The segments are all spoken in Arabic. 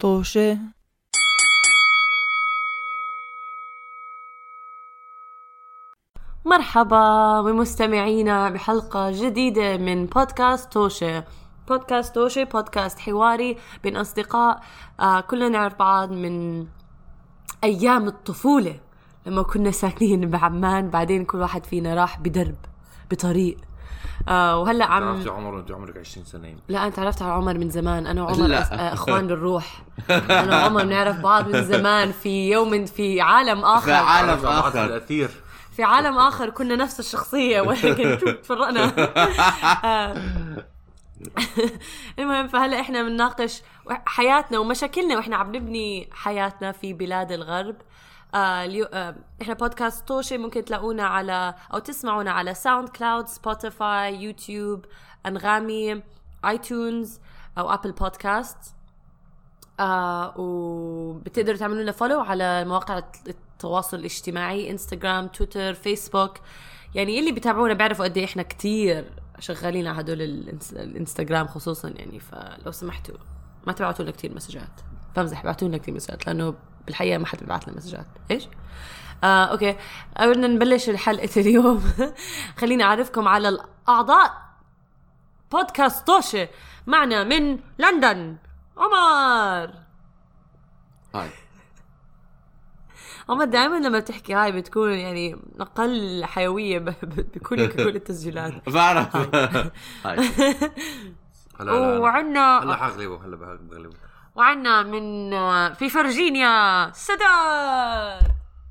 طوشة. مرحبا بمستمعينا بحلقة جديدة من بودكاست توشة. بودكاست توشة بودكاست حواري بين أصدقاء كلنا نعرف بعض من أيام الطفولة لما كنا ساكنين بعمان. بعدين كل واحد فينا راح بدرب بطريق وهلأ عرفتي عمر وانت عمرك 20 سنة؟ لا أنت عرفت على عمر من زمان. أنا وعمر أخوان بالروح. أنا وعمر نعرف بعض من زمان في يوم في عالم آخر. في عالم آخر الأثير. في عالم آخر كنا نفس الشخصية ولكن تفرقنا. المهم فهلأ إحنا بنناقش حياتنا ومشاكلنا وإحنا عم نبني حياتنا في بلاد الغرب. إحنا بودكاست توشي ممكن تلاقونا على أو تسمعونا على ساوند كلاود، سبوتيفاي، يوتيوب، أنغامي، آيتونز أو أبل بودكاست. وبتقدروا تعملوا لنا فولو على مواقع التواصل الاجتماعي، انستغرام، تويتر، فيسبوك. يعني اللي بيتابعونا بيعرفوا قد ايه احنا كتير شغالين على هدول الانستغرام خصوصا. يعني فلو سمحتوا ما تبعتوا لنا كتير مسجات. بمزح، ابعتوا لنا كتير مسجات لانه بالحقيقه ما حد بيبعت لنا مسجات. ايش اوكي، قبل نبلش الحلقه اليوم خليني اعرفكم على الاعضاء بودكاست توشة. معنا من لندن عمر. هاي عمر، دائما لما بتحكي هاي بتكون يعني أقل حيوية بكل التسجيلات. بعرف. هاي وعنا هلا حغلبه هلا بغلبه. وعنا من في فرجينيا سداد.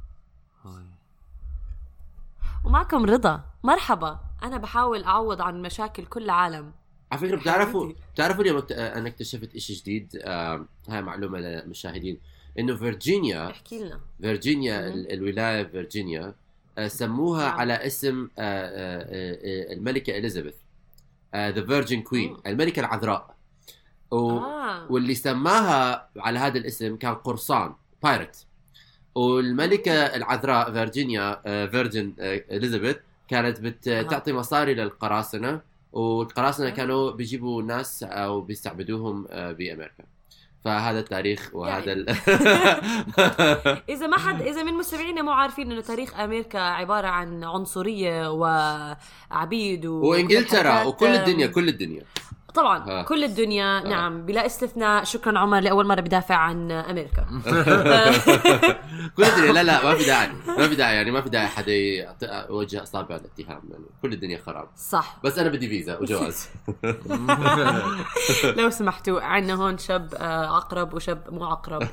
ومعكم رضا. مرحبا. أنا بحاول أعوض عن مشاكل كل العالم. على فكرة بتعرفوا اليوم أنا اكتشفت إشي جديد. هاي معلومة للمشاهدين إنه فيرجينيا، احكي لنا. فيرجينيا الولاية فيرجينيا سموها على اسم الملكة إليزابيث، The Virgin Queen، الملكة العذراء. واللي سماها على هذا الاسم كان قرصان بايرت. والملكة العذراء فيرجينيا فيرجن إليزابيث كانت بتعطي مصاري للقراصنة، والقراصنة كانوا بيجيبوا ناس أو بيستعبدوهم بأمريكا. فهذا التاريخ وهذا يعني إذا من مستمعينا مو عارفين إنه تاريخ أمريكا عبارة عن عنصرية وعبيد وإنجلترا وكل الدنيا طبعا كل الدنيا. نعم بلا استثناء. شكرا عمر لأول مرة بدافع عن أمريكا. كل الدنيا. لا ما في داعي يعني ما في داعي حدا يوجه أصابع الاتهام. يعني كل الدنيا خراب. صح. بس أنا بدي فيزا وجواز. لو سمحتوا، عنا هون شاب عقرب وشاب مو عقرب.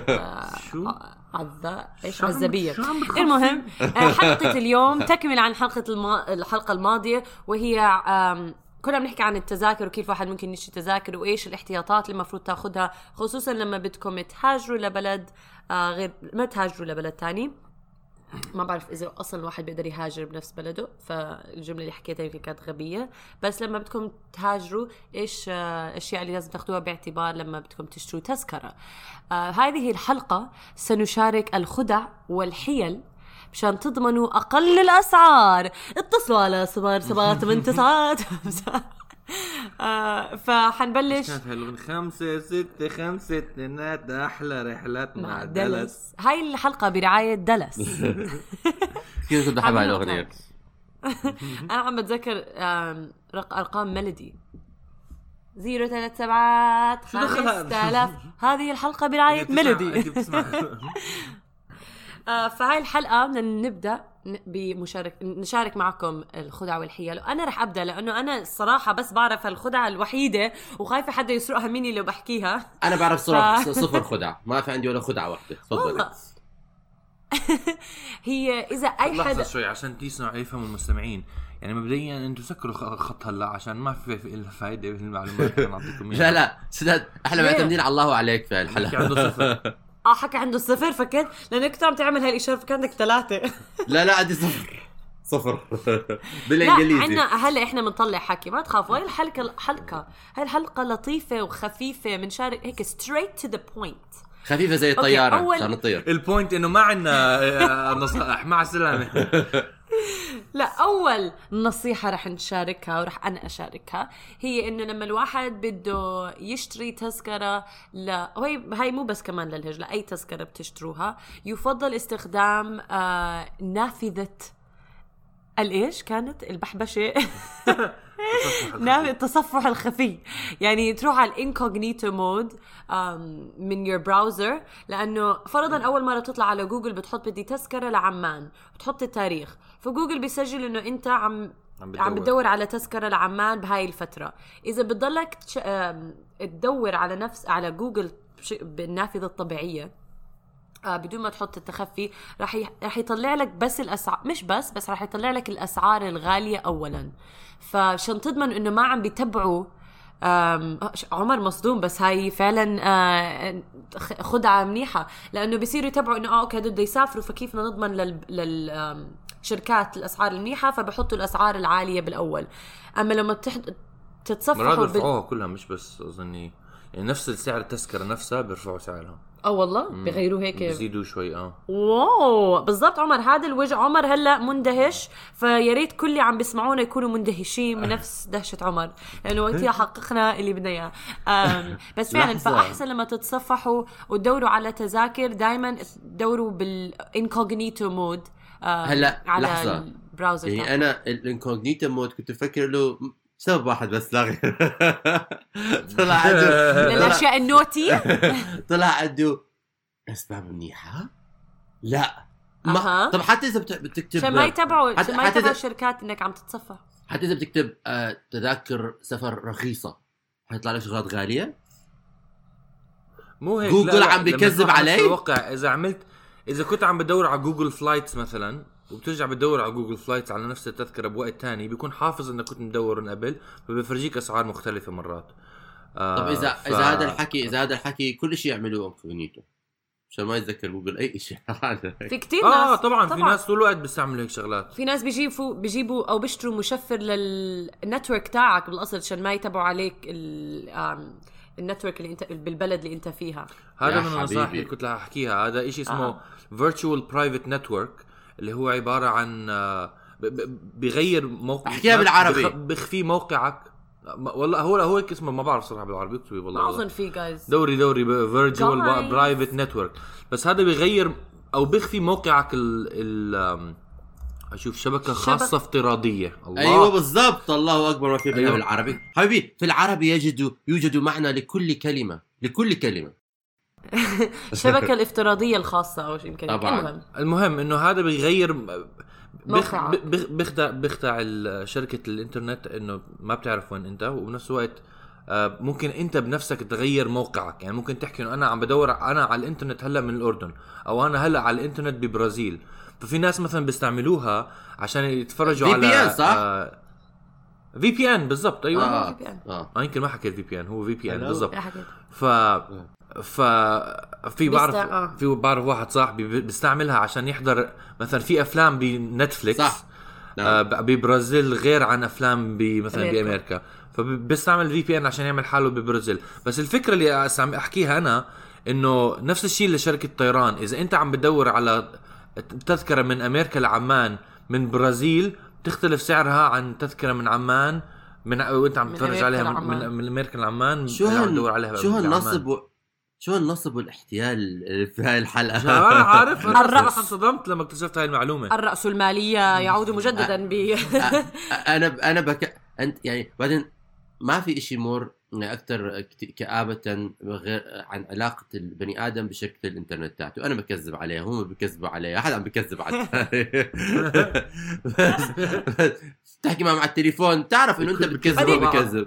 عزبية. المهم حلقة اليوم تكمل عن الحلقة الماضية، وهي كنا بنحكي عن التذاكر وكيف واحد ممكن يشتري تذاكر وإيش الاحتياطات اللي المفروض تاخدها، خصوصا لما بدكم تهاجروا لبلد غير ما تهاجروا لبلد تاني. ما بعرف إذا أصلا الواحد بيقدر يهاجر بنفس بلده، فالجملة اللي حكيتها يمكن كانت غبية. بس لما بدكم تهاجروا إيش الأشياء اللي لازم تاخدوها باعتبار لما بدكم تشتروا تذكرة. هذه الحلقة سنشارك الخدع والحيل مشان تضمنوا أقل الأسعار. اتصلوا على 778 فحنبلش. كانت حلوة من 5 6 5 2 أحلى رحلات مع دلس. هاي الحلقة برعاية دلس. كيف كنت أحب هاي الأغنية؟ أنا عم بتذكر أرقام ميلودي 037 5000. هذه الحلقة برعاية ميلودي. فهاي الحلقة نبدأ نشارك معكم الخدع والحيل. وأنا رح أبدأ لأنه أنا الصراحة بس بعرف الخدعة الوحيدة وخايفة حدا يسرقها مني لو بحكيها. أنا بعرف صفر خدع، ما في عندي ولا خدعة واحدة. تفضل. هي إذا أي حدا شوي عشان تسمعوا يفهموا المستمعين. يعني مبدئيا انتوا سكروا خط هلا عشان ما في إلا فايدة بالمعلومات اللي نعطيكم. لا سداد احنا معتمدين على الله وعليك في الحلقة. عنده صفر. حكى عنده صفر. فكرت لأنك كنت عم تعمل هالإشارة فكان عندك 3. لا عندي صفر بالإنجليزي. هلا إحنا بنطلع حكي، ما تخافوا. هاي الحلقة لطيفة وخفيفة، من شارك هيك straight to the point، خفيفة زي الطيارة عشان نطير. البوينت إنه ما عنا نصائح. مع السلامة. لا، أول نصيحة رح نشاركها ورح أنا أشاركها هي إنه لما الواحد بده يشتري تذكرة هاي مو بس كمان للهج، لأي تذكرة بتشتروها يفضل استخدام نافذة الإيش كانت البحبشة التصفح الخفي. يعني تروح على الانكوغنيتو مود من your براوزر، لأنه فرضاً أول مرة تطلع على جوجل بتحط بدي تذكرة لعمان وتحط التاريخ، فجوجل بيسجل إنه أنت عم بتدور على تذكرة لعمان بهاي الفترة. إذا بتضلك تدور على جوجل بالنافذة الطبيعية بدون ما تحط التخفي، رح يطلع لك بس الأسعار، مش بس رح يطلع لك الأسعار الغالية أولاً. فعشان تضمن إنه ما عم بيتبعوا عمر مصدوم، بس هاي فعلا خدعة منيحة، لأنه بيصيروا يتبعوا إنه أوكي هدول بده يسافروا، فكيف نضمن للشركات الأسعار المنيحة، فبحطوا الأسعار العالية بالأول. أما لما تتصفحوا بيرفعوها كلها، مش بس أظني يعني نفس السعر التذكرة نفسها بيرفعوا سعرها. والله بيغيروا هيك بيزيدوا شوي. واو بالضبط. عمر هذا الوجه، عمر هلا مندهش، فياريت كل اللي عم بيسمعونا يكونوا مندهشين من نفس دهشة عمر، لأنه وقتها حققنا اللي بدنا اياه. بس فعلا فأحسن لما تتصفحوا وتدوروا على تذاكر دايما دوروا بالانكوغنيتو مود هلا على لحظة. البراوزر. يعني أنا الانكوغنيتو مود كنت أفكر له سبب واحد بس، لا غير. طلع عنده للأشياء النوتي. طلع عنده أسباب منيحة. لا طب حتى إذا بتكتب عشان ما يتبعوا الشركات إنك عم تتصفح. حتى إذا بتكتب تذاكر سفر رخيصة حيطلع لك شغلات غالية. مو هيك جوجل عم بيكذب علي. الواقع إذا كنت عم بدور على جوجل فلايتس مثلا، وبترجع بدور على جوجل فلايتس على نفس التذكرة بوقت تاني، بيكون حافظ انك كنت مدور من قبل، فبيفرجيك اسعار مختلفة مرات. طب اذا هذا الحكي كل شيء يعملوه انكوغنيتو عشان ما يتذكر جوجل اي شيء. في كتير ناس طبعا في ناس طول الوقت بيستعملوا هيك شغلات. في ناس بيجيبوا او بيشتروا مشفر للنتورك تاعك بالاصل عشان ما يتبعوا عليك النتورك اللي انت بالبلد اللي انت فيها. هذا من النصائح اللي كنت رح احكيها. هذا شيء اسمه virtual private network، اللي هو عبارة عن بيغير موقع، احكيها بالعربي، بخفي موقعك. والله هو اسمه ما بعرف صراحة بالعربي اكتبي والله ما اظن في جايز دوري virtual private network. بس هذا بيغير او بيخفي موقعك اشوف شبكة خاصة افتراضية. الله. ايوه بالضبط، الله اكبر. ما في بالعربي حبيبي، في العربي يوجد معنى لكل كلمة. شبكة الافتراضية الخاصة أو شيء يمكن. المهم إنه هذا بيغير بيخدع شركة الإنترنت إنه ما بتعرف وين أنت، وبنفس الوقت ممكن أنت بنفسك تغير موقعك. يعني ممكن تحكي إنه أنا عم بدور أنا على الإنترنت هلا من الأردن، أو أنا هلا على الإنترنت ببرازيل. ففي ناس مثلا بيستعملوها عشان يتفرجوا على VPN صح؟ VPN بالضبط. أيوة يمكن ما حكيت VPN، هو VPN بالضبط. في بعرف واحد صاحبي بيستعملها عشان يحضر مثلا في افلام بنتفليكس صح. ببرازيل غير عن افلام مثلا بامريكا، فبيستعمل VPN عشان يعمل حاله ببرازيل. بس الفكره اللي احكيها انا انه نفس الشيء لشركه الطيران. اذا انت عم بدور على تذكره من امريكا لعمان من برازيل، تختلف سعرها عن تذكره من عمان وانت عم تتفرج عليها من امريكا لعمان. شو النصب والاحتيال في هاي الحلقة؟ أنا عارف. أنا صدمت لما اكتشفت هاي المعلومة. الرأسمالية يعود مجددا أنا أنت يعني بعدين ما في إشي مور أكتر كآبة غير عن علاقة البني آدم بشركة الإنترنت تاعته. أنا بكذب عليها، هم بيكذبوا عليها، أحد عم بيكذب على تحكي مع التليفون تعرف إنه أنت بتكذب.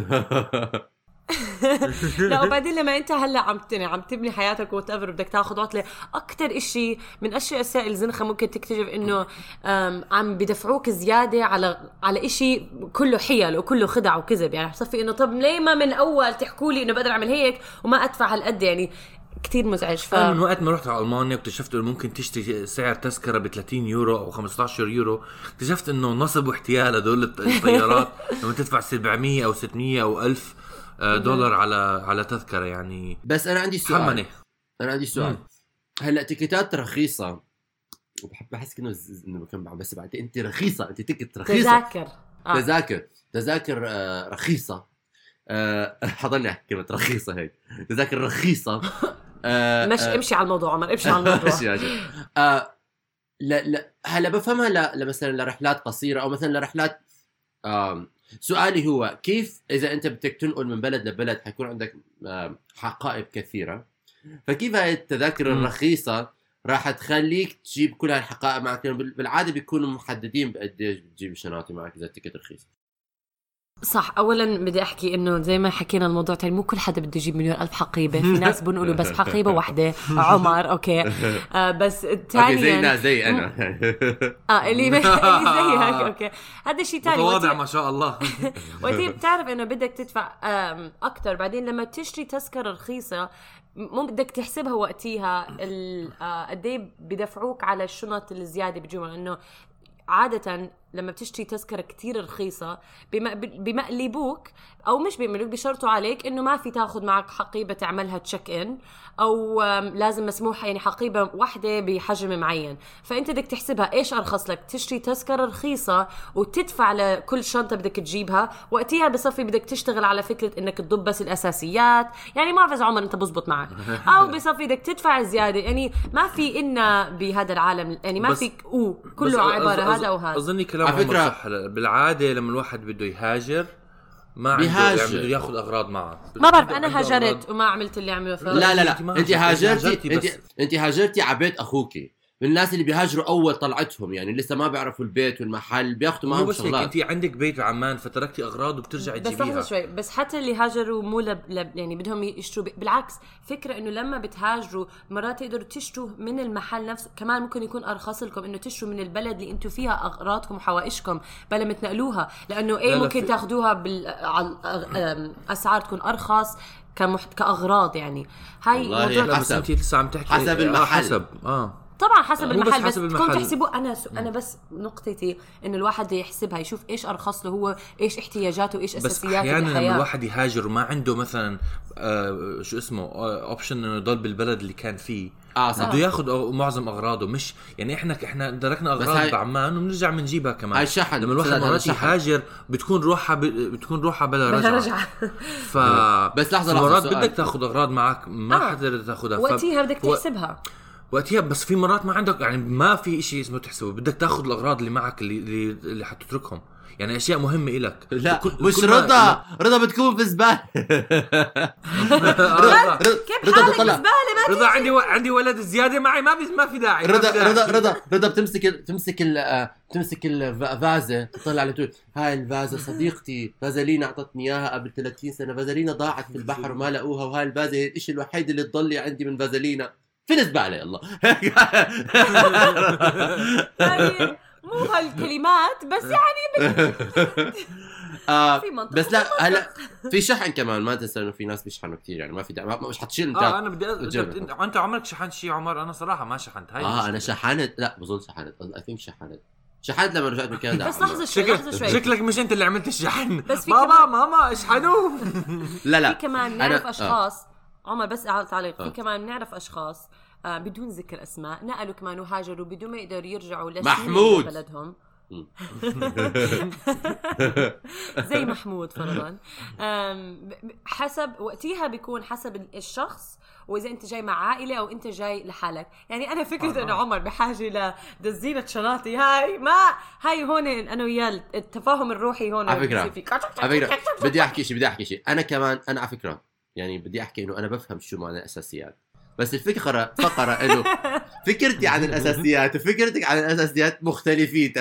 لا وبعدين لما انت هلا عم تبني حياتك وتقرر بدك تاخذ عطله، اكثر إشي من اشياء الزنخه ممكن تكتشف انه عم بدفعوك زياده على إشي كله حيل وكله خدع وكذب. يعني بصفي انه طب ليه ما من اول تحكوا لي انه بقدر اعمل هيك وما ادفع هالقد؟ يعني كتير مزعج. من وقت ما رحت على ألمانيا واكتشفت انه ممكن تشتري سعر تذكره ب 30 يورو او 15 يورو، اكتشفت انه نصب واحتيال هدول الطيارات. لما تدفع 700 او 600 او 1000 دولار على تذكرة يعني. بس أنا عندي سؤال. هلا تيكيتات رخيصة بحس انه كان بس بعد انت رخيصه، انت تيكت رخيصه، تذاكر رخيصه. حضرني احكي كلمه رخيصه هيك، تذاكر رخيصه. مش امشي على الموضوع عمر، امشي على الموضوع. لا هلا بفهمها مثلا لرحلات قصيره او مثلا لرحلات. سؤالي هو كيف اذا انت بدك تنقل من بلد لبلد حيكون عندك حقائب كثيره، فكيف هاي التذاكر الرخيصه راح تخليك تجيب كل هالحقائب معك؟ بالعاده بيكونوا محددين بقديش بتجيب الشنطه معك اذا التيكت رخيص. صح. اولا بدي احكي انه زي ما حكينا الموضوع تاني، مو كل حدا بده يجيب 1,000,000 حقيبه، في ناس بنقولوا بس حقيبه واحده. عمر اوكي بس ثانيا زي انا اللي زيك اوكي، هذا شيء ثاني متواضع ما شاء الله. وقتي بتعرف انه بدك تدفع اكثر بعدين لما تشتري تذكره رخيصه، مو بدك تحسبها وقتها قد ايه بدفعوك على الشنط الزياده بجمله. انه عادة لما بتشتري تذكرة كتير رخيصة بمقلبوك أو مش بيعملوك، بيشرطوا عليك إنه ما في تاخد معك حقيبة تعملها تشيك إن، أو لازم مسموح يعني حقيبة واحدة بحجم معين. فأنت بدك تحسبها إيش أرخص لك، تشتري تذكرة رخيصة وتدفع لكل شنطة بدك تجيبها، وقتها بصفي بدك تشتغل على فكرة إنك تضب بس الأساسيات. يعني ما أعرف إذا عمر أنت بزبط معك، أو بصفي بدك تدفع زيادة. يعني ما في إنا بهذا العالم، يعني ما في كله عبارة هذا وهذا. أظني كلام عمر صح. بالعادة لما الواحد بده يهاجر ما عنده يعني بده ياخذ أغراض معه. ما بعرف أنا هاجرت وما عملت اللي عمله. لا أنت هاجرتي على بيت أخوكي. من الناس اللي بيهاجروا أول طلعتهم، يعني لسه ما بيعرفوا البيت والمحل، بياخذوا معهم شغلات. أنت عندك بيت بعمان فتركتي أغراض وبترجعي تجيبيها. بس شوي، بس حتى اللي هاجروا مو يعني بدهم يشتروا بالعكس. فكرة إنه لما بتهاجروا مرات تقدروا تشتروا من المحل نفسه، كمان ممكن يكون أرخص لكم إنه تشتروا من البلد اللي أنتوا فيها أغراضكم وحوائجكم بلا ما تنقلوها، لأنه ممكن تاخدوها على أسعار تكون أرخص كأغراض. يعني هاي موضوع حسب المحل. طبعا حسب المحل، بس تكون تحسبوا. انا بس نقطتي انه الواحد يحسبها، يشوف ايش ارخص له هو، ايش احتياجاته، ايش اساسياته. بس احيانا لما الواحد يهاجر وما عنده مثلا شو اسمه اوبشن انه يضل بالبلد اللي كان فيه، بده ياخذ معظم اغراضه. مش يعني احنا دركنا اغراض بعمان وبنرجع بنجيبها كمان. لما الواحد مرات يهاجر بتكون روحها بلا رجعه. بس لحظه مرات بدك تاخذ اغراض معك ما حتقدر تاخذها، وقتها بدك تحسبها وقتها. بس في مرات ما عندك، يعني ما في إشي اسمه تحسبه، بدك تاخذ الأغراض اللي معك اللي حتتركهم، يعني أشياء مهمة إلك. لا مش رضا بتكون في زبالة. كيف حالك زبالة؟ رضا عندي ولد زيادة معي، ما في داعي. رضا بتمسك الفازة، تطلع على طول هاي الفازة صديقتي فازلينا أعطتني إياها قبل 30 سنة، فازلينا ضاعت في البحر وما لقوها، وهاي الفازة هي الإشي الوحيد اللي تضلي عندي من فازلينا. في الزبالة يلا. يعني مو هالكلمات بس يعني بس لا هلا في شحن كمان، ما تنسى انه في ناس بيشحنوا كثير، يعني ما في مش حتشيل انت. انا بدي انت عمرك شحنت شيء عمر؟ انا صراحه ما شحنت. هاي انا شحنت، لا بظن شحنت لما رجعت من كندا. بس لحظه شوي شكلك مش انت اللي عملت الشحن. بابا ماما اشحنوا. لا في كمان نعرف اشخاص عمر، بس تعليق. في كمان نعرف اشخاص بدون ذكر اسماء نقلوا كمان وهاجروا بدون ما يقدروا يرجعوا محمود بلدهم. زي محمود فرضا. حسب وقتها بيكون حسب الشخص، واذا انت جاي مع عائله او انت جاي لحالك. يعني انا فكره انه عمر بحاجه لدزينه شناطي، هاي هون انا وياه التفاهم الروحي هون. على فكره بدي احكي شيء انا كمان. انا على فكره يعني بدي احكي انه انا بفهم شو معنى الاساسيات، بس فقرة انه فكرتي عن الاساسيات وفكرتك عن الاساسيات مختلفين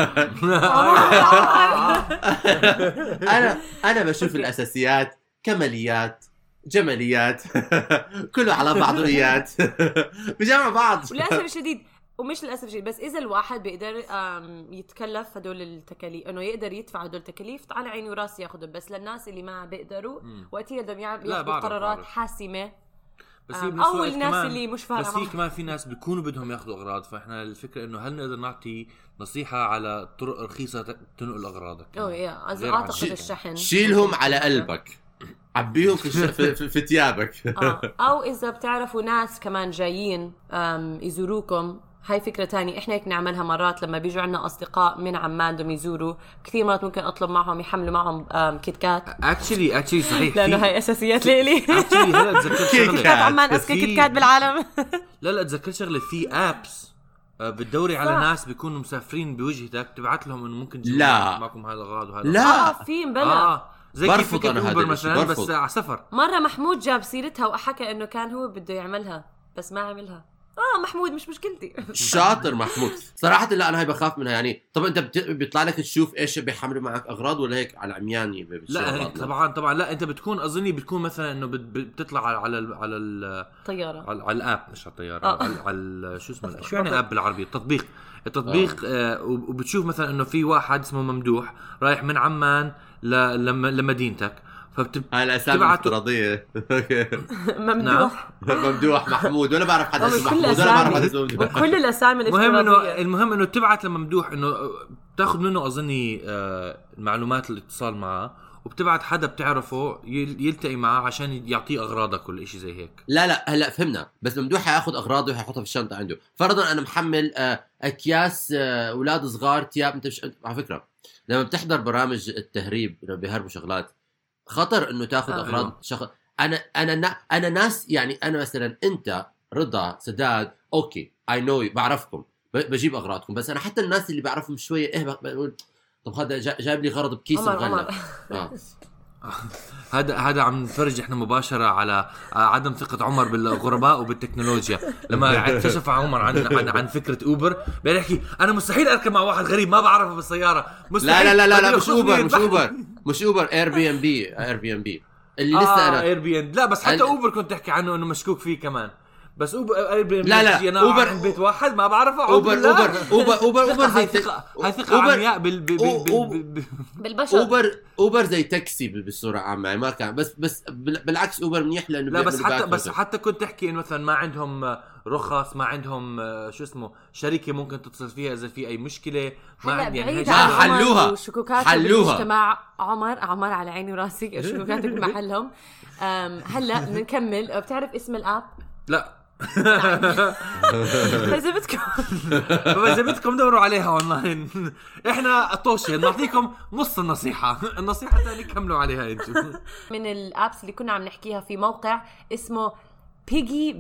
انا بشوف الاساسيات كماليات جماليات كله على بعضيات بجمع بعض. وللاسف الشديد ومش للاسف الشديد، بس اذا الواحد بيقدر يتكلف هدول التكاليف، انه يقدر يدفع هدول التكاليف، على عيني وراسي ياخذهم. بس للناس اللي ما بيقدروا وقتها بدهم ياخذوا قرارات حاسمه، او الناس اللي مش فاهمه. بس في كمان في ناس بيكونوا بدهم ياخذوا اغراض. فاحنا الفكره انه هل نقدر نعطي نصيحه على طرق رخيصه تنقل اغراضك؟ اعتقد الشحن، شيلهم على قلبك، عبيهم في ثيابك. او اذا بتعرفوا ناس كمان جايين يزوروكم هاي فكرة تانية إحنا هيك نعملها مرات لما بيجوا عنا أصدقاء من عمان بدهم يزوروا، كثير مرات ممكن أطلب معهم يحملوا معهم كيت كات. اكشلي صحيح، لأنه هاي أساسيات لإلي. اكشلي هلا تذكرت كيت كات عمان أذكى كيت كات بالعالم. لا تذكرت شغلة، في ابس بتدوري على ناس بيكونوا مسافرين بوجهتك، تبعت لهم انه ممكن تجيبوا معكم هذا الأغراض وهذا. لا في مبلا زي كيف اوبر مثلا بس على سفر. مرة محمود جاب سيرتها وحكى انه كان هو بده يعملها بس ما عملها. محمود مش مشكلتي. شاطر محمود صراحة. لا أنا هاي بخاف منها يعني. طب أنت بيطلع لك تشوف إيش بيحملوا معك أغراض ولا هيك على عمياني؟ لا طبعا لا، أنت بتكون أظني بتكون مثلا إنه بتطلع على الطيارة، على الآب، مش على الطيارة، على شو اسمه، شو يعني آب بالعربي؟ التطبيق وبتشوف مثلا إنه في واحد اسمه ممدوح رايح من عمان لمدينتك، هاي الأسامي الافتراضية. ممدوح محمود، ولا بعرف حدا اسمه محمود، ولا بعرف حدا اسمه ممدوح. كل الأسامي الافتراضية. المهم إنه تبعت لممدوح إنه تاخذ منه أظني معلومات الاتصال معه، وبتبعت حدا بتعرفه يلتقي معه عشان يعطيه أغراضك ولا إشي زي هيك. لا هلا فهمنا. بس ممدوح حياخد أغراضه وحيحطها في الشنطة عنده. فرضا أنا محمل أكياس أولاد صغار تياب. أنت على فكرة لما بتحضر برامج التهريب بيهربوا شغلات، خطر انه تاخذ اغراض شخص. انا ناس يعني، انا مثلا انت رضا سداد اوكي اي نو بعرفكم بجيب اغراضكم، بس انا حتى الناس اللي بعرفهم شويه بقول طب هذا جايب لي غرض بكيس مغلق. هذا عم نتفرج احنا مباشره على عدم ثقه عمر بالغرباء وبالتكنولوجيا. لما اكتشف عمر عن فكره اوبر بيحكي انا مستحيل اركب مع واحد غريب ما بعرفه بالسياره. مستحيل. لا مش اوبر اير بي ام بي اللي لسه انا اير بي ام. لا بس حتى اوبر كنت تحكي عنه انه مشكوك فيه كمان. بس لا اوبر عند بيت واحد ما بعرفه. اوبر زي هاي ثقة عمياء بالبشر. اوبر زي تاكسي بالصورة عامة ما كان. بس بالعكس اوبر منيح لانه لا بس حتى كنت تحكي انه مثلا ما عندهم رخص، ما عندهم شو اسمه شركة ممكن تتصل فيها اذا في اي مشكلة. ما عندي يعني حلوها بالمجتمع. عمر على عيني وراسي، شكوكاتك بمحلهم. هلا بنكمل. بتعرف اسم الاب؟ لا. إذا بدكم دوروا عليها اونلاين. احنا طوشة نعطيكم نص النصيحة الثانية كملوا عليها انتم. من الابس اللي كنا عم نحكيها في موقع اسمه Piggy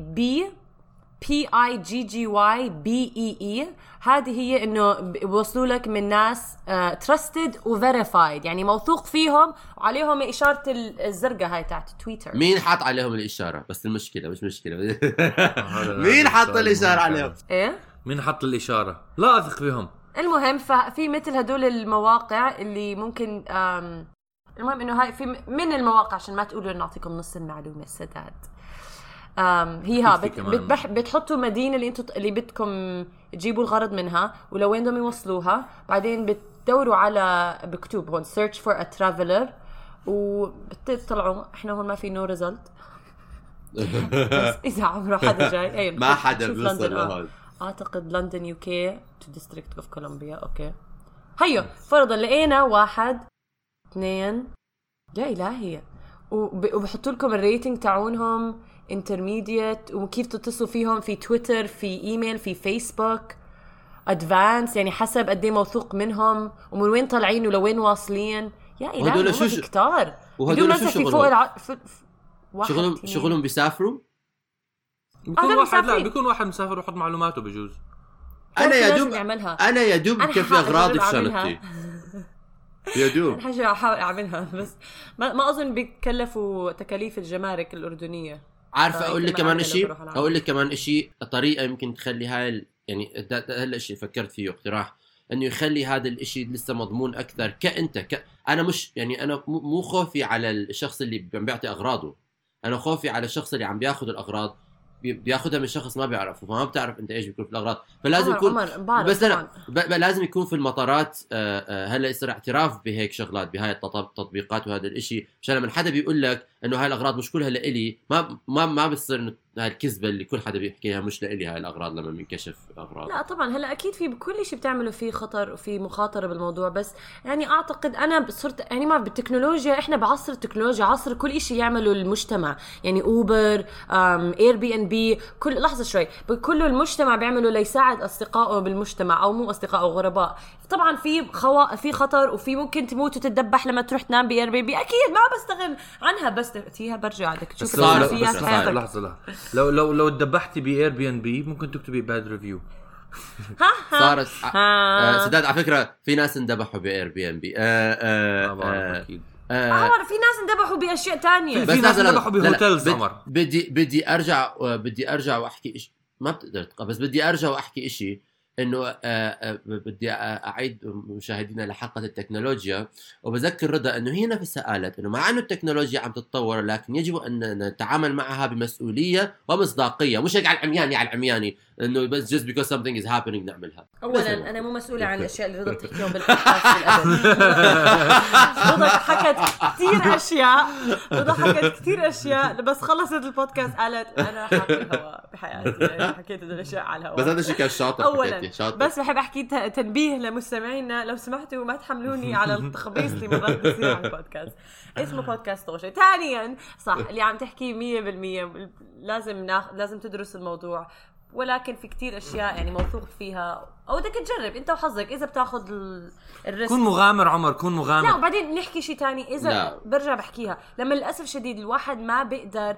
PIGGYBEE. هذه هي انه بيوصلوا لك من ناس trusted وverified، يعني موثوق فيهم وعليهم اشاره الزرقاء هاي تاعت تويتر. مين حاط عليهم الاشاره؟ بس المشكله مش مشكله. مين حط الاشاره عليهم؟ ايه مين حط الاشاره؟ لا اثق بهم. المهم ففي مثل هدول المواقع اللي ممكن المهم انه هاي في من المواقع عشان ما تقولوا نعطيكم نص المعلومه السداد. هي بتحطوا مدينة اللي بدكم تجيبوا الغرض منها ولوين بدهم يوصلوها. بعدين بتدوروا على بكتوب هون search for a traveler وبتطلعوا. احنا هون ما في no result. بس إذا عمره حدا جاي ما حدا بيوصل لهون. أعتقد لندن UK to District of Columbia. أوكي هيو فرضا لقينا 1 2 يا إلهي. وبحطوا لكم الريتنج تاعونهم intermediate وكيف تتصلوا فيهم في تويتر في ايميل في فيسبوك advance، يعني حسب قد ايه موثوق منهم ومن وين طالعين ولوين واصلين. يا إلهي هم كتار. وهدول شو شغلهم؟ شغلهم بيسافروا. بيكون واحد مسافر وحط معلوماته بجوز. انا يا دوب كيف اغراضي في شنطتي. يا دوب انا حاجه احاول اعملها بس ما اظن بيكلفوا تكاليف الجمارك الاردنيه. عارفه اقول لك كمان شيء طريقه يمكن تخلي هاي يعني هلا شيء فكرت فيه اقتراح انه يخلي هذا الاشي لسه مضمون اكثر. انا مش يعني انا مو خوفي على الشخص اللي عم بيعطي اغراضه، انا خوفي على الشخص اللي عم بياخذ الاغراض بياخذها من شخص ما بيعرفه، فما بتعرف انت ايش بيكون في الاغراض. فلازم يكون بس لازم يكون في المطارات هلا يصير اعتراف بهيك شغلات بهاي التطبيقات وهذا الاشي، عشان لما حدا بيقول لك انه هاي الاغراض مش كلها لإلي ما بتصير هاي الكذبه اللي كل حدا بيحكيها مش لإلي هاي الاغراض لما بينكشف اغراض. لا طبعا هلا اكيد في بكل شيء بتعمله في خطر وفي مخاطره بالموضوع، بس يعني اعتقد انا صرت يعني ما بالتكنولوجيا، احنا بعصر التكنولوجيا، عصر كل شيء يعمله المجتمع، يعني اوبر، اير بي ان بي، كل لحظه شوي كله المجتمع بيعمله ليساعد اصدقائه بالمجتمع او مو اصدقائه غرباء. طبعا في خطر وفي ممكن تموت وتتدبح لما تروح تنام باير بي، اكيد ما بستغل عنها، بس تأتيها برجع عندك تشوف السلبيات حياتك. لحظه لو تدبحتي باير بي ان بي ممكن تكتبي باد ريفيو. صارت سداد على فكره في ناس اندبحوا باير بي ان بي. اكيد في ناس اندبحوا باشياء تانية، في ناس اندبحوا بهوتيلز. عمر بدي ارجع واحكي إشي ما بتقدر بس بدي ارجع واحكي إشي انه بدي اعيد مشاهدينا لحلقه التكنولوجيا، وبذكر رضا انه هي نفسها قالت انه مع انه التكنولوجيا عم تتطور لكن يجب ان نتعامل معها بمسؤوليه ومصداقيه، مش هيك على العمياني انه بس just because something is happening نعملها. اولا انا مو مسؤوله عن الاشياء اللي رضا بتحكيهم بالبودكاست بالابد. رضا حكت كثير اشياء بس خلصت البودكاست قالت انا حاكي الهواء بحياتي، يعني حكيت هذول الاشياء على الهواء. بس هذا الشيء كان شاطر. اولا بس بحب احكي تنبيه لمستمعينا، لو سمحتوا ما تحملوني على التخبيص اللي مرات بصير على البودكاست، اسمه بودكاست طوشة. ثانيا صح اللي عم تحكي 100% لازم تدرس الموضوع، ولكن في كتير اشياء يعني موثوق فيها او بدك تجرب انت وحظك اذا بتاخذ الريسك. كون مغامر عمر، كون مغامر. لا وبعدين نحكي شيء تاني اذا برجع بحكيها، لما للاسف شديد الواحد ما بيقدر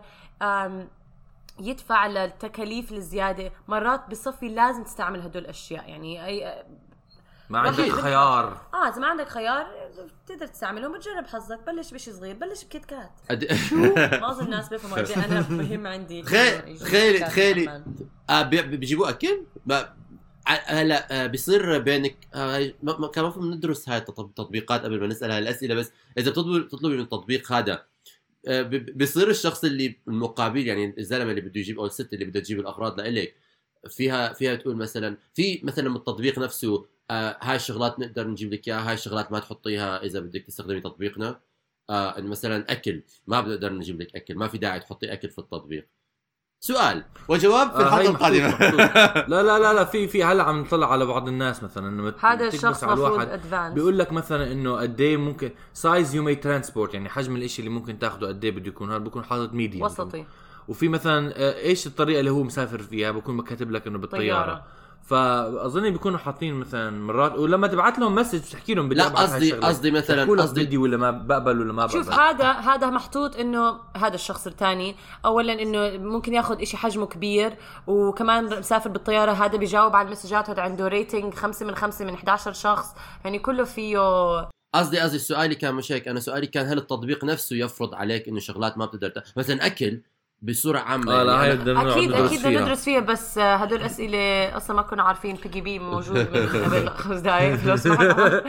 يدفع للتكاليف الزياده، مرات بصفي لازم تستعمل هدول الاشياء، يعني اي ما عندك خيار. اذا ما عندك خيار تقدر تستعملهم وتجرب حظك. بلش بشي صغير، بلش بكيت كات. معظم الناس بيفهموا قد ايه انا مهم عندي. تخيلي بيجيبوا اكل هلا بيصير بينك كان مفروض ندرس هاي التطبيقات قبل ما نسال هاي الاسئله، بس اذا بتطلبي من التطبيق هذا بيصير الشخص اللي المقابل، يعني الزلمه اللي بده يجيب او الست اللي بدها تجيب الاغراض لإلك، فيها تقول مثلا من التطبيق نفسه هاي الشغلات نقدر نجيب لك اياها، هاي الشغلات ما تحطيها اذا بدك تستخدمي تطبيقنا. مثلا اكل ما بنقدر نجيب لك اكل، ما في داعي تحطي اكل في التطبيق. سؤال وجواب في الحلقه القادمه. لا في هلا عم نطلع على بعض الناس مثلا انه هذا الشخص مفروض ادفانس بيقول لك مثلا انه قد ايه ممكن سايز يو ماي ترانسبورت، يعني حجم الاشي اللي ممكن تاخده قد ايه بده يكون، هذا بيكون حاطط ميديم وسطي. وفي مثلا ايش الطريقه اللي هو مسافر فيها بكون كاتب لك انه بالطياره. فاظن بيكونوا حاطين مثلا مرات، ولما تبعت لهم مسج بتحكي لهم لا قصدي مثلا بدي ولا ما بقبل ولا ما بقبل. شوف هذا محطوط انه هذا الشخص الثاني اولا انه ممكن ياخذ إشي حجمه كبير، وكمان مسافر بالطياره، هذا بيجاوب على المسجات، هذا عنده ريتنج 5 من 5 من 11 شخص، يعني كله فيه. قصدي سؤالي كان مش هيك، انا سؤالي كان هل التطبيق نفسه يفرض عليك انه شغلات ما بتقدر مثلا اكل بصورة عامة؟ أكيد بدنا ندرس فيها، بس هدول أسئلة أصلا ما كنا عارفين. بيجي بي موجود من قبل 5 دقايق. لو سمحت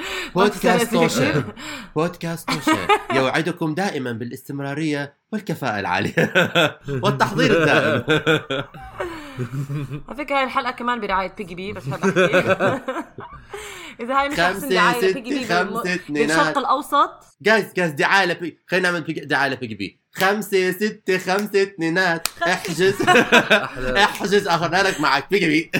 بودكاست توشة يوعدكم دائما بالاستمرارية والكفاءة العالية والتحضير الدائم. على فكرة هاي الحلقة كمان برعاية بيجي بي، بس حاب أحكي إذا هاي مش أحسن دعاية بيجي بي بالشرق الأوسط. جايز دعاية خلينا نعمل دعاية بيجي بي. 5 6 5 2 احجز اخذنا لك معك بيجي.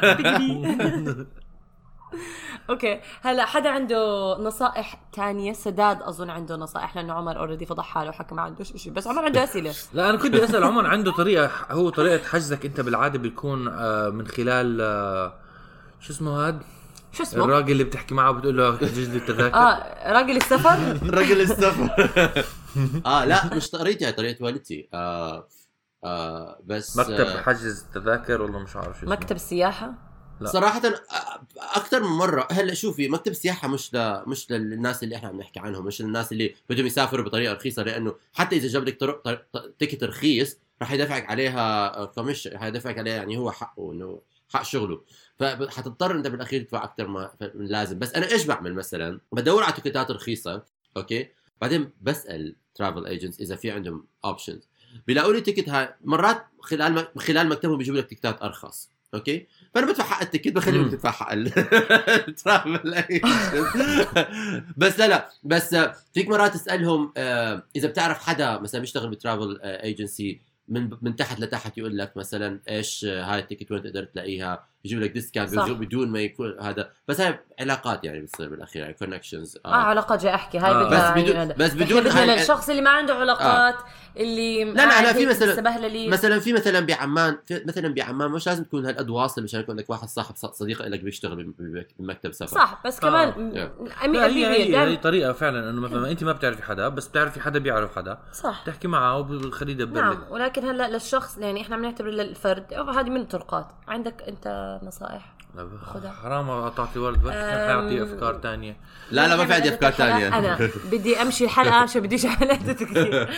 اوكي هلا حدا عنده نصائح تانية؟ سداد اظن عنده نصائح لانه عمر اوريدي فضح حاله وحكى ما عندوش شيء، بس عمر عنده اسئله. لا انا كنت اسال عمر عنده طريقه، هو طريقه حجزك انت بالعاده بيكون من خلال شو اسمه الراجل اللي بتحكي معه بتقول له احجز لي التذاكر. راجل السفر. راجل السفر. لا مش طريقه والدتي. بس مكتب حجز التذاكر والله مش عارف شو اسمه. مكتب السياحه. لا. صراحه اكثر من مره. هلا شوفي مكتب السياحه مش للناس اللي احنا عم نحكي عنهم، مش للناس اللي بدهم يسافروا بطريقه رخيصه، لانه حتى اذا جاب لك تيكت رخيص راح يدفعك عليها كوميشن، هيدفعك عليها، يعني هو حقه انه حق شغله، فحتضطر انت بالاخير تدفع اكثر ما لازم. بس انا ايش بعمل؟ مثلا بدور على تيكتات رخيصه، اوكي، بعدين بسال ترافل ايجنتس اذا في عندهم اوبشنز، بيلاقوا لي تيكت هاي مرات خلال مكتبهم بيجيبوا لك تيكتات ارخص، اوكي، فانا بدفع حق التيكت بخليهم تدفع حق الترافل ايجنت. بس فيك مرات تسالهم اذا بتعرف حدا مثلا بيشتغل بترافل ايجنسي من تحت لتحت يقول لك مثلا ايش هاي التيكت وين تقدر تلاقيها، يجيب لك ديسكاونت بدون ما يكون هذا. بس هاي علاقات يعني بتصير بالاخير يعني كونكشنز. علاقات جاي احكي هاي بدها بس بدون الشخص اللي ما عنده علاقات اللي لا انا في مثلا في مثلا بعمان مش لازم تكون هالادواصل مشان يكون لك واحد صاحب صديق لك بيشتغل بمكتب سفر صح. بس كمان هي طريقه فعلا انه مثلا انت ما بتعرفي حدا بس بتعرفي حدا بيعرف حدا صح تحكي معه وبخليه يدبر لك. ولكن هلا للشخص يعني احنا بنعتبر للفرد هذه من الطرقات. عندك انت نصائح؟ حرام تعطي ورد بس كان حيعطي افكار تانية. لا ما في عندي افكار تانية. انا بدي امشي الحلقه عشان بديش حلقات كثير.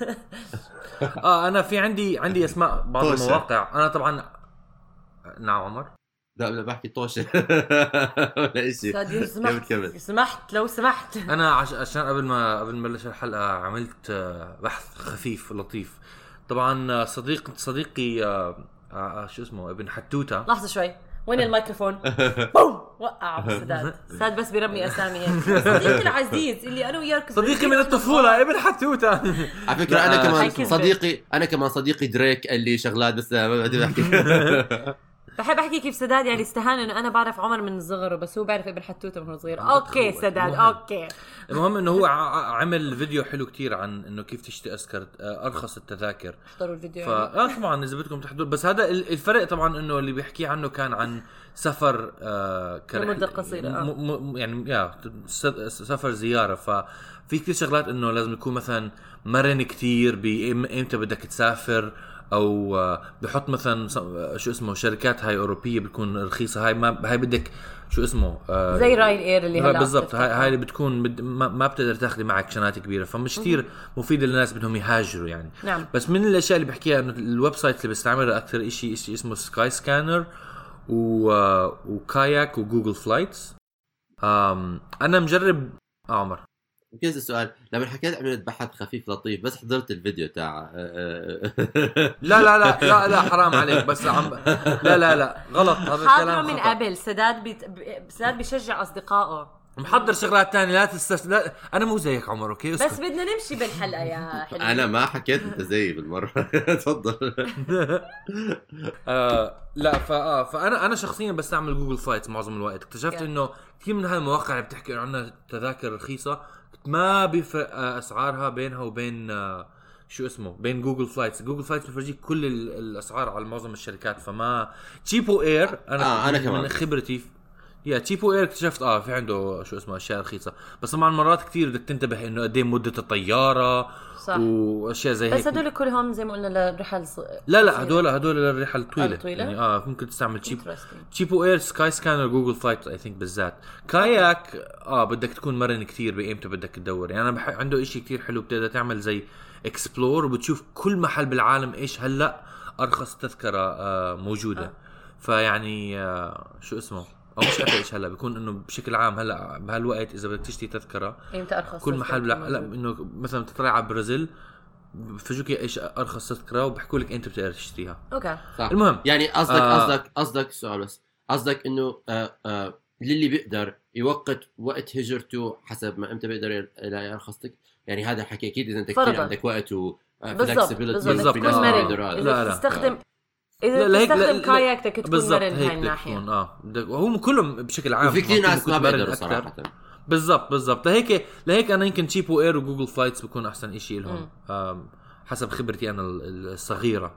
انا في عندي اسماء بعض المواقع. انا طبعا نعم عمر لا بحكي طوشه ولا شيء. سمحت لو سمحت. انا عشان قبل ما نبلش الحلقه عملت بحث خفيف لطيف. طبعا صديقي شو اسمه ابن حتوته. لحظه شوي وين الميكروفون؟ بوم وقع سداد بس بيرمي اسامي هيك. صديقي العزيز اللي انا وياك صديقي من الطفوله ابن حتوته. على فكره انا كمان صديقي دريك اللي شغلات بس ما بدي احكي. بحب احكي كيف سداد يعني استهان انه انا بعرف عمر من صغره بس هو بعرف ابن حتوته من صغير. اوكي سداد اوكي. المهم انه هو عمل فيديو حلو كتير عن انه كيف تشتري ارخص التذاكر. احضروا الفيديو طبعا اذا بدكم تحضروا. بس هذا الفرق طبعا انه اللي بيحكي عنه كان عن سفر لمده قصيره يعني سفر زياره. ففي كثير شغلات انه لازم يكون مثلا مرن كتير بامتى بدك تسافر او بحط مثلا شو اسمه شركات هاي اوروبيه بتكون رخيصه. هاي بدك شو اسمه زي راين اير اللي هلا بالضبط. هاي اللي بتكون ما بتقدر تاخذي معك شنطه كبيره فمش كثير مفيده للناس بدهم يهاجروا يعني. نعم. بس من الاشياء اللي بحكيها انه الويب سايت اللي بستعملها اكثر شيء اسمه سكاي سكانر وكاياك وجوجل فلايتس. انا مجرب عمر كيف السؤال لما حكيت عملت بحث خفيف لطيف بس حضرت الفيديو تاع لا حرام عليك بس لا غلط هذا الكلام من قبل. سداد بيشجع اصدقائه محضر شغلات تانية لا انا مو زيك عمر اوكي بس بدنا نمشي بالحلقه يا حلوين. انا ما حكيت انت زيي بالمره. تفضل. لا فانا شخصيا بستعمل جوجل فلايتس معظم الوقت. اكتشفت انه كثير من هالمواقع اللي بتحكي عنها تذاكر رخيصه ما بيفرق اسعارها بينها وبين شو اسمه بين جوجل فلايتس بفرجيك كل الاسعار على معظم الشركات. فما تشيبو اير انا كمان من خبرتي تشيبو اير اكتشفت في عنده شو اسمه اشياء رخيصه. بس طبعا مرات كثير بدك تنتبه انه قد ايه مده الطياره صح. واشياء زي هيك. بس هدول كلهم زي ما قلنا للرحل لا هدول للرحل الطويله يعني ممكن تستعمل تشيبو اير سكاي سكانر جوجل فلايت اي ثينك بالذات. كاياك بدك تكون مرن كثير بايمتى بدك تدور يعني. انا عنده إشي كثير حلو بتقدر تعمل زي اكسبلور وبتشوف كل محل بالعالم ايش هلا ارخص تذكره موجوده. فيعني شو اسمه او مش عارف ايش هلا بيكون انه بشكل عام هلا بهالوقت اذا بدك تشتري تذكره امتى ارخص كل محل لا انه مثلا تطلع على برازيل بفرجوك ايش ارخص تذكره وبحكوا لك انت بتقدر تشتريها. اوكي صح. المهم يعني قصدك سؤال بس قصدك انه للي بيقدر يوقت وقت هجرته حسب ما امتى بيقدر يلاقي ارخص يعني هذا حكي اكيد اذا انت كثير عندك وقت وفلكسبيليتي بالضبط لا تستخدم إذا تستخدم كاياك بدك تكون مرن هاي الناحية. هم كلهم بشكل عام وفي كثير ناس ما بيقدروا صراحة. بالضبط لهيك أنا يمكن تشيبو إير وجوجل فلايتس بيكون أحسن إشي لهم حسب خبرتي أنا الصغيرة.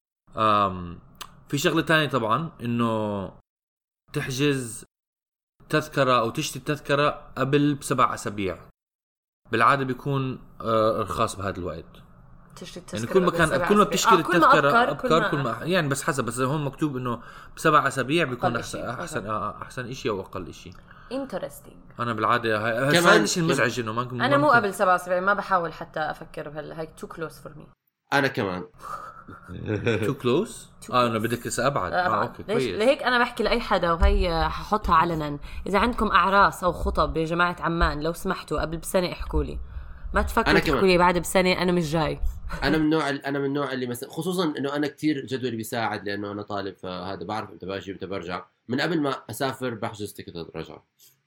في شغلة تانية طبعا إنه تحجز تذكرة أو تشتري تذكرة قبل ب7 أسابيع بالعادة بيكون رخاص بهذا الوقت. يعني كل ما بتشتري التذكرة كل ما يعني بس حسب بس هون مكتوب إنه ب7 أسابيع بيكون أحسن إشي أو أقل إشي. interesting. أنا بالعادة هاي الشيء المزعج إنه ما أنا مو قبل 7 أسابيع ما بحاول حتى أفكر بهاي too close for me. أنا كمان too close. أنا بدك لسه أبعد. أوكي كويس. لهيك أنا بحكي لأي حدا وهي ححطها علنا إذا عندكم أعراس أو خطب بجماعة عمان لو سمحتوا قبل بسنة احكوا لي ما تفكروا تحكوا لي بعد بسنة أنا مش جاي. أنا من النوع اللي مثلا خصوصا إنه أنا كتير جدولي بيساعد لأنه أنا طالب فهذا بعرف إمتى باجي إمتى برجع من قبل ما أسافر بحجز تيكت الرجعة.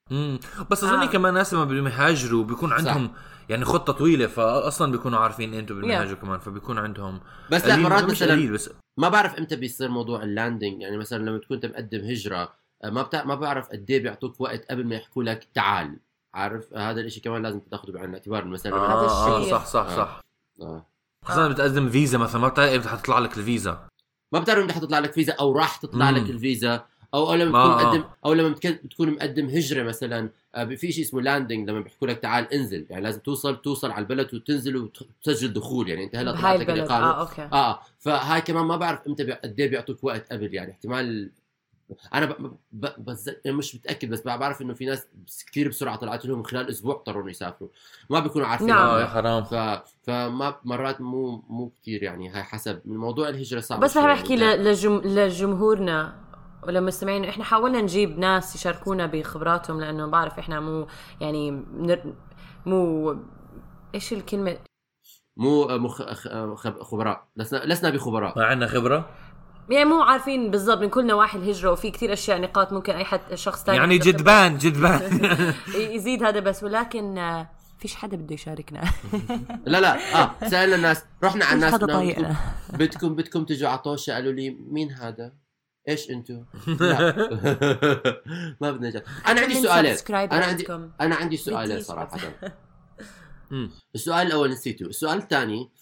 بس اظني كمان ناس لما بدهم يهاجروا بيكون عندهم يعني خطه طويله، فاصلا بيكونوا عارفين انتم بدهم يهاجروا كمان، فبيكون عندهم. بس لا مرات مثلا بس ما بعرف امتى بيصير موضوع اللاندنج. يعني مثلا لما تكون انت مقدم هجره ما بعرف قد ايه بيعطوك وقت قبل ما يحكوا لك تعال. عارف هذا الاشي كمان لازم تاخذه بعين الاعتبار. مثلا هذا الشيء صح خاصة بتقدم فيزا مثلا ما بتعرف امتى حتطلع لك الفيزا، ما بتعرف امتى حتطلع لك فيزا او راح تطلع لك الفيزا، او لما تكون مقدم او لما بتكون مقدم هجره مثلا. في شيء اسمه لاندنج لما بيحكوا لك تعال انزل، يعني لازم توصل على البلد وتنزل وتسجل دخول. يعني انت هلا طلعت لك الاقامه فهاي كمان ما بعرف امتى قد ايه بيعطوك وقت قبل. يعني احتمال انا بس مش متاكد، بس بعرف انه في ناس كثير بسرعه طلعت لهم خلال اسبوع اضطروا يسافروا ما بيكونوا عارفين. يا حرام. فما مرات مو كثير. يعني هاي حسب موضوع الهجره صعب. بس بحب احكي لجمهورنا وللمستمعين، احنا حاولنا نجيب ناس يشاركونا بخبراتهم، لانه بعرف احنا مو يعني مو ايش الكلمه، مو خبراء. لسنا بخبراء، ما عندنا خبره، يعني مو عارفين بالضبط من كل نواحي الهجرة، وفي كتير أشياء نقاط ممكن أي حد شخص تاني يعني جدبان يزيد هذا بس. ولكن فيش حدا بده يشاركنا. لا سألنا الناس، رحنا على الناس بدكم تجوا عطوشة، قالوا لي مين هذا؟ ايش انتو؟ لا ما بدنا نجي. انا عندي سؤالين. انا عندي سؤالين صراحة. السؤال الاول نسيته، السؤال الثاني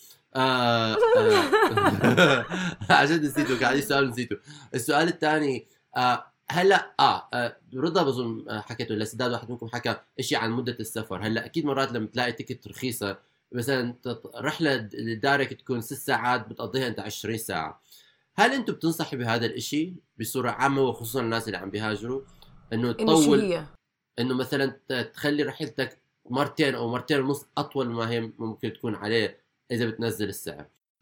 عشان نسيته، قاعد السؤال نسيته. السؤال الثاني هلا رضا بظن حكيته لسداد، واحد منكم حكى إشي عن مدة السفر. هلا اكيد مرات لما تلاقي تيكت رخيصة مثلا رحلة دايركت تكون 6 ساعات بتقضيها انت 20 ساعة، هل انتم بتنصحي بهذا الاشي بصورة عامة وخصوصا الناس اللي عم بيهاجروا انه تطول، انه مثلا تخلي رحلتك 2 أو 2.5 مرات اطول ما هي ممكن تكون عليه اذا بتنزل السعر؟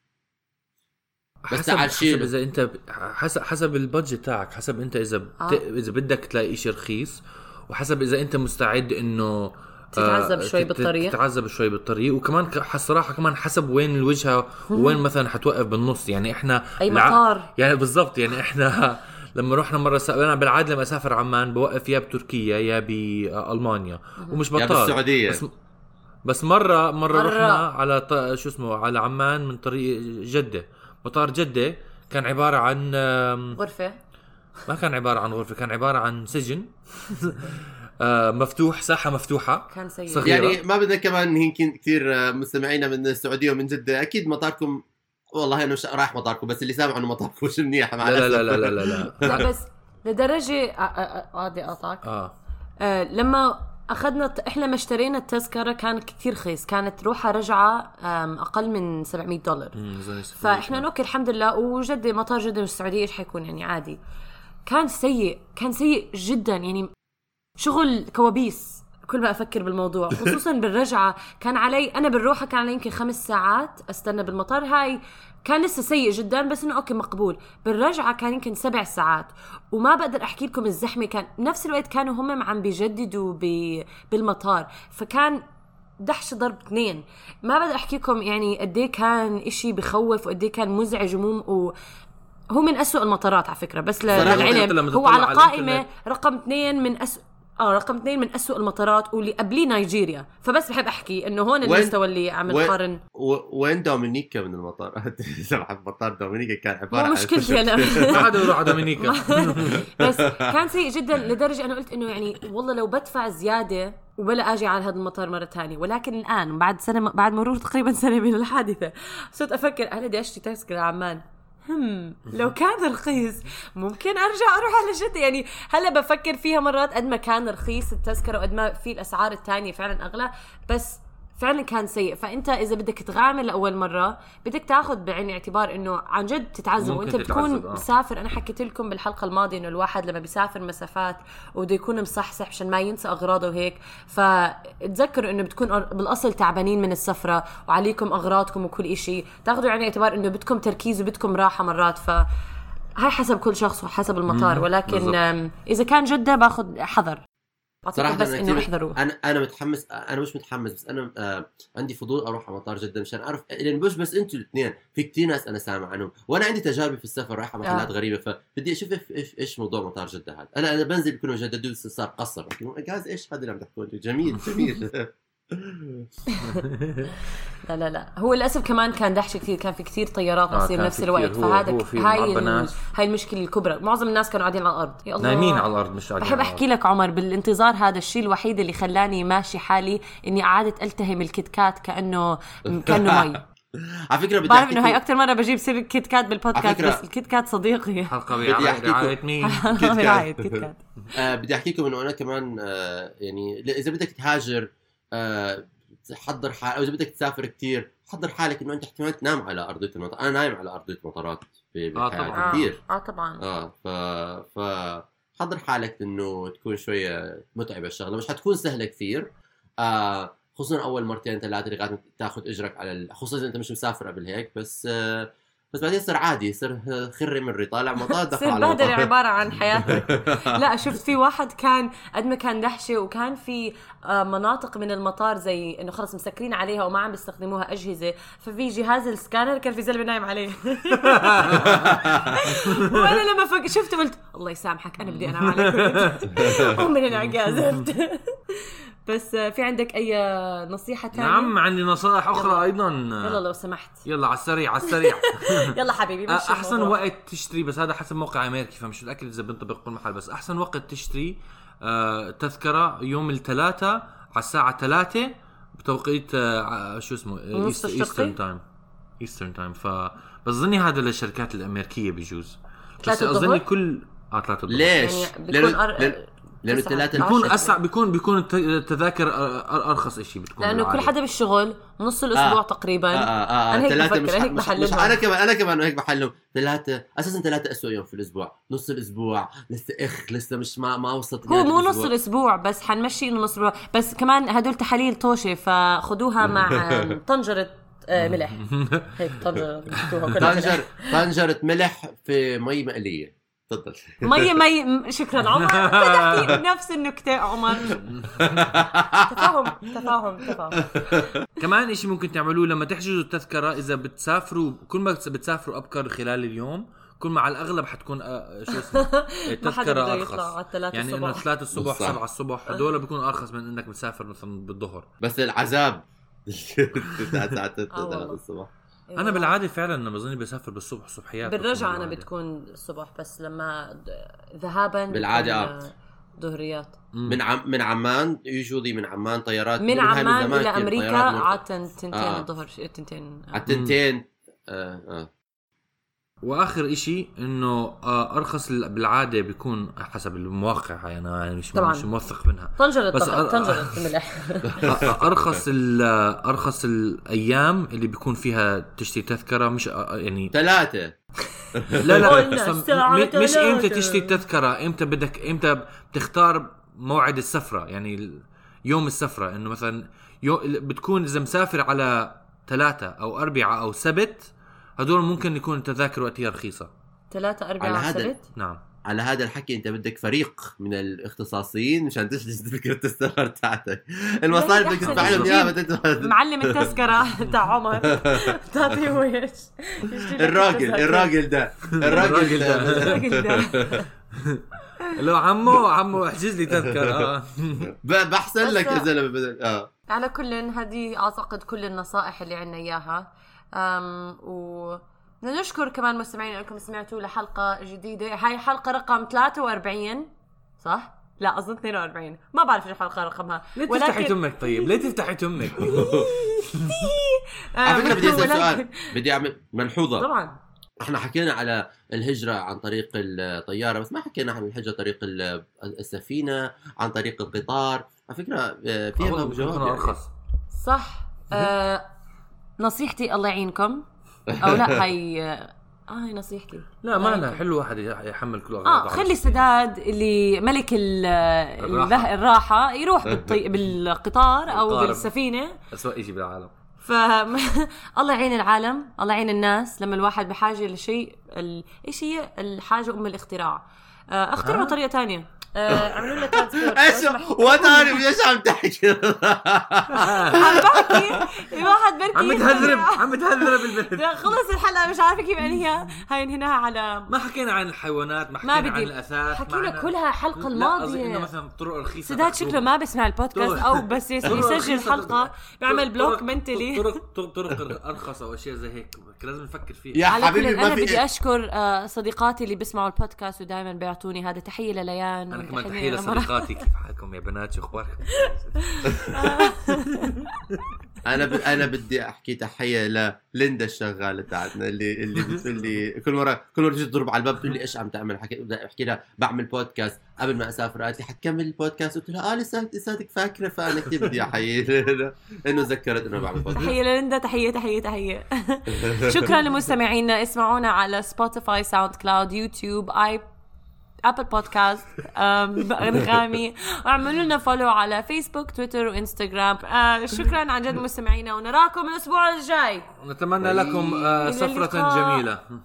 بس حسب اذا انت حسب البادجت تاعك، حسب انت اذا بدك تلاقي اشي رخيص، وحسب اذا انت مستعد انه تتعذب شوي بالطريق وكمان صراحه كمان حسب وين الوجهه وين مثلا حتوقف بالنص. يعني احنا اي مطار يعني بالضبط. يعني احنا لما رحنا مره انا بالعاده لما اسافر عمان بوقف يا بتركيا يا بالمانيا ومش بطال، يا بالسعوديه. بس مرة رحنا على شو اسمه على عمان من طريق جدة. مطار جدة كان عبارة عن غرفة، ما كان عبارة عن غرفة، كان عبارة عن سجن مفتوح، ساحة مفتوحة، كان سيء صغيرة. يعني ما بدنا كمان يمكن كثير مستمعينا من السعودية ومن جدة أكيد مطاركم، والله أنا رايح مطاركم، بس اللي سامع إنه مطاركم مش منيح. لا بس لدرجة عادي أعطاك لما أخذنا إحنا ما اشترينا التذكرة كان كتير رخيص، كانت روحها رجعة أقل من $700. فإحنا نوكل الحمد لله. وجدة مطار جدة والسعودية إيش حيكون يعني عادي. كان سيء جدا، يعني شغل كوابيس كل ما أفكر بالموضوع. خصوصا بالرجعة كان علي أنا بالروحة كان علي يمكن 5 ساعات أستنى بالمطار، هاي كان لسه سيء جدا بس إنه أوكي مقبول. بالرجعة كان يمكن 7 ساعات، وما بقدر أحكي لكم الزحمة. كان نفس الوقت كانوا هم عم بيجددوا بالمطار، فكان دحش ضرب 2. ما بقدر أحكي لكم يعني قديه كان إشي بخوف وقديه كان مزعج هو من أسوأ المطارات على فكرة. بس للعلم هو على قائمة رقم 2 من رقم 2 من أسوأ المطارات، واللي قبليه نيجيريا. فبس بحب أحكي إنه هون المستوى اللي عم نقارن. وين دومينيكا من المطارات؟ سمح مطار دومينيكا كان عبارة عن مشكلتي أنا ما حدا يروح على دومينيكا. بس كان سيء جدا لدرجة أنا قلت إنه يعني والله لو بدفع زيادة وبلا أجي على هذا المطار مرة تانية. ولكن الآن بعد مرور تقريبا سنة من الحادثة صرت أفكر أنا بدي أشتري تذكرة عمان. لو كان رخيص ممكن أرجع أروح على جدة. يعني هلا بفكر فيها مرات قد ما كان رخيص التذكرة وقد ما في الأسعار التانية فعلا أغلى، بس فعلا كان سيء. فأنت إذا بدك تغامر لأول مرة بدك تاخد بعين اعتبار إنه عن جد تتعذب وأنت بتكون مسافر. أنا حكيت لكم بالحلقة الماضية إنه الواحد لما بيسافر مسافات وده يكون مصحصح عشان ما ينسى أغراضه وهيك، فتذكروا إنه بتكون بالأصل تعبانين من السفرة وعليكم أغراضكم وكل إشي، تاخدوا عين اعتبار إنه بدكم تركيز وبدكم راحة مرات. فهاي حسب كل شخص وحسب المطار. ولكن إذا كان جدة باخد حذر. بعطيكم بس انه احضروا. انا متحمس، انا مش متحمس بس انا عندي فضول اروح على مطار جدة مشان اعرف، لان مش بس انتوا الاثنين، في كتير ناس انا سامع عنهم، وانا عندي تجارب في السفر، رايحه محلات غريبه، فبدي اشوف ايش موضوع مطار جدة هذا. انا بنزل بكونوا جددوا صار قصر، جاز ايش هذا اللي عم تحكوا؟ جميل جميل. لا هو للاسف كمان كان دحشه كثير، كان في كثير طيارات بتصير نفس الوقت، فهذا هاي المشكله الكبرى. معظم الناس كانوا قاعدين على الارض، يا الله نايمين على الارض مش قاعدين. بحب احكي لك عمر، بالانتظار هذا الشيء الوحيد اللي خلاني ماشي حالي اني قعدت التهم الكيت كات كانه مي. على فكره بدي بعرف انه هاي اكثر مره بجيب سير الكيت كات بالبودكاست، بس الكيت كات صديقي. حلقه برعايه مين؟ كيت كات. بدي احكي لكم انه انا كمان يعني اذا بدك تهاجر حضر حالك، او اذا بدك تسافر كتير حضر حالك انه انت احتمال تنام على ارضيه المطار. انا نايم على ارضيه مطارات بحياتي كثير. طبعا ف حضر حالك انه تكون شويه متعبه الشغله، مش حتكون سهله كثير، خصوصا اول مرتين ثلاثه لغايه تاخذ اجرك على خصوصا اذا انت مش مسافر قبل هيك. بس بعدين يصير عادي، يصير خري مري طالع مطار دخل على المطار. عباره عن حياتك. لا شفت في واحد كان قد ما كان دحشه، وكان في مناطق من المطار زي انه خلص مسكرين عليها وما عم بيستخدموها اجهزه، ففي جهاز السكانر كان في زلمه نايم عليه. وانا لما شفته قلت الله يسامحك، انا بدي انام عليك. من العجازات. بس في عندك أي نصيحة تانية؟ نعم عندي نصائح أخرى أيضا. يلا لو سمحت. يلا على السريع يلا حبيبي. أحسن وقت تشتري، بس هذا حسب موقع أمريكي فمش الأكل إذا بنطبق كل محل، بس أحسن وقت تشتري تذكرة يوم الثلاثة على الساعة 3 بتوقيت شو اسمه Eastern Time. فبظني هذا للشركات الأمريكية بيجوز، بس أظني كل 3 ليش؟ يعني لأنه الثلاثة بيكون أسرع، بيكون التذاكر أرخص إشي بتكون، لأنه كل حدا بالشغل نص الأسبوع تقريبا. أنا هيك بفكر، هيك بحللهم. أنا كمان هيك بحللهم. 3 أساسا 3 أسوأ يوم في الأسبوع، نص الأسبوع لسه مش ما وصلت. هو مو نص الأسبوع بس حنمشي إنه نص الأسبوع، بس كمان هدول تحاليل طوشة فخدوها مع طنجرة ملح. هيك طنجرة ملح في مي مقلية. تفضل. مي شكرا عمر. تحكي نفس النكتة عمر. تفاهم. كمان إشي ممكن تعملوه لما تحجزوا التذكرة، إذا بتسافروا كل ما بتسافروا أبكر خلال اليوم، كل ما على الأغلب حتكون شو اسمه التذكرة أرخص. يعني إنه 3 الصبح 7 الصبح هدول بيكون أرخص من إنك بتسافر مثلا بالظهر. بس العذاب 9 الصبح. أنا بالعادة فعلا أنا بظني بسافر بالصبح صبحيات، بالرجعة أنا بتكون الصبح، بس لما ذهابا بالعادة ظهريات. من عمان يوجولي من عمان طيارات من عمان إلى أمريكا عادة 2 الظهر 2 على 2. واخر اشي انه ارخص بالعاده بيكون حسب المواقع، يعني مش موثق منها بس الملح. ارخص الايام اللي بيكون فيها تشتري تذكره، مش يعني 3. لا مش امتى تشتري تذكره، امتى بتختار موعد السفره، يعني يوم السفره، انه مثلا بتكون اذا مسافر على 3 أو 4 أو سبت، هدول ممكن يكون التذاكر وقتها رخيصة. 3 4 سبت. نعم. على هذا الحكي انت بدك فريق من الاختصاصيين مشان تحجز تذكرة السفر تاعتك. المصاري بدك تدفع لهم اياها. معلم التذكرة تاع عمر تعطيه هو ايش؟ الراجل ده لو عمو احجز لي تذكرة. بحسن لك يا زلمة. على كل هذه اعتقد كل النصائح اللي عنا اياها، نشكر كمان مستمعين انكم سمعتوا لحلقة جديدة. هاي حلقة رقم 43 صح؟ لا اظن 42، ما بعرف شو الحلقة رقمها. ليه تفتحي تمك؟ طيب ليه تفتحي تمك؟ على فكرة بدي أسأل سؤال، بدي أعمل ملحوظة. طبعا احنا حكينا على الهجرة عن طريق الطيارة، بس ما حكينا عن الهجرة طريق السفينة، عن طريق القطار. على فكرة فيها جواب أرخص. صح. نصيحتي الله يعينكم، او لا هاي نصيحتي. لا ما أنا حلو واحد يحمل كل أغراض. خلي سداد اللي ملك الراحة يروح بالقطار او بالسفينة. أسوأ إشي بالعالم. الله يعين العالم، الله يعين الناس. لما الواحد بحاجة لشيء، إيش هي الحاجة أم الاختراع. اخترعوا طريقة تانية. عملوا لنا ترانسبورت. ايش وتعرف ايش عم تحكي؟ عم بحكي الواحد بركي عم بتهذب بالبلد. خلص الحلقه مش عارفه كيف انهيها. هاي انهيناها على ما حكينا عن الحيوانات، ما حكينا عن الاثاث، حكينا كلها الحلقه الماضيه. انه مثلا طرق رخيصه. سداد شكله ما بسمع البودكاست او بس يسجل حلقه بيعمل بلوك منتلي. طرق ارخص او اشياء زي هيك لازم نفكر فيها. يا حبيبي انا بدي اشكر صديقاتي اللي بيسمعوا البودكاست ودائما بيعطوني هذا. تحيه لليان. انا كمان تحيه لصديقاتي. كيف حالكم يا بنات؟ شو اخباركم؟ انا بدي احكي تحيه لليندا الشغاله تاعتنا اللي بتقول لي كل مره تيجي تضرب على الباب تقول لي ايش عم تعمل. احكي لها بعمل بودكاست قبل ما اسافر. قالت لي حتكمل البودكاست؟ قلت لها لساتك فاكره. فانا كثير بدي احيي انه ذكرت انه بعمل بودكاست. تحيه لليندا. تحيه. شكرا لمستمعينا. اسمعونا على سبوتيفاي، ساوند كلاود، يوتيوب، ابل بودكاست، انغامي، واعملوا لنا فولو على فيسبوك، تويتر، وانستغرام. شكرا عن جد مستمعينا، ونراكم الاسبوع الجاي. نتمنى لكم سفرة جميلة.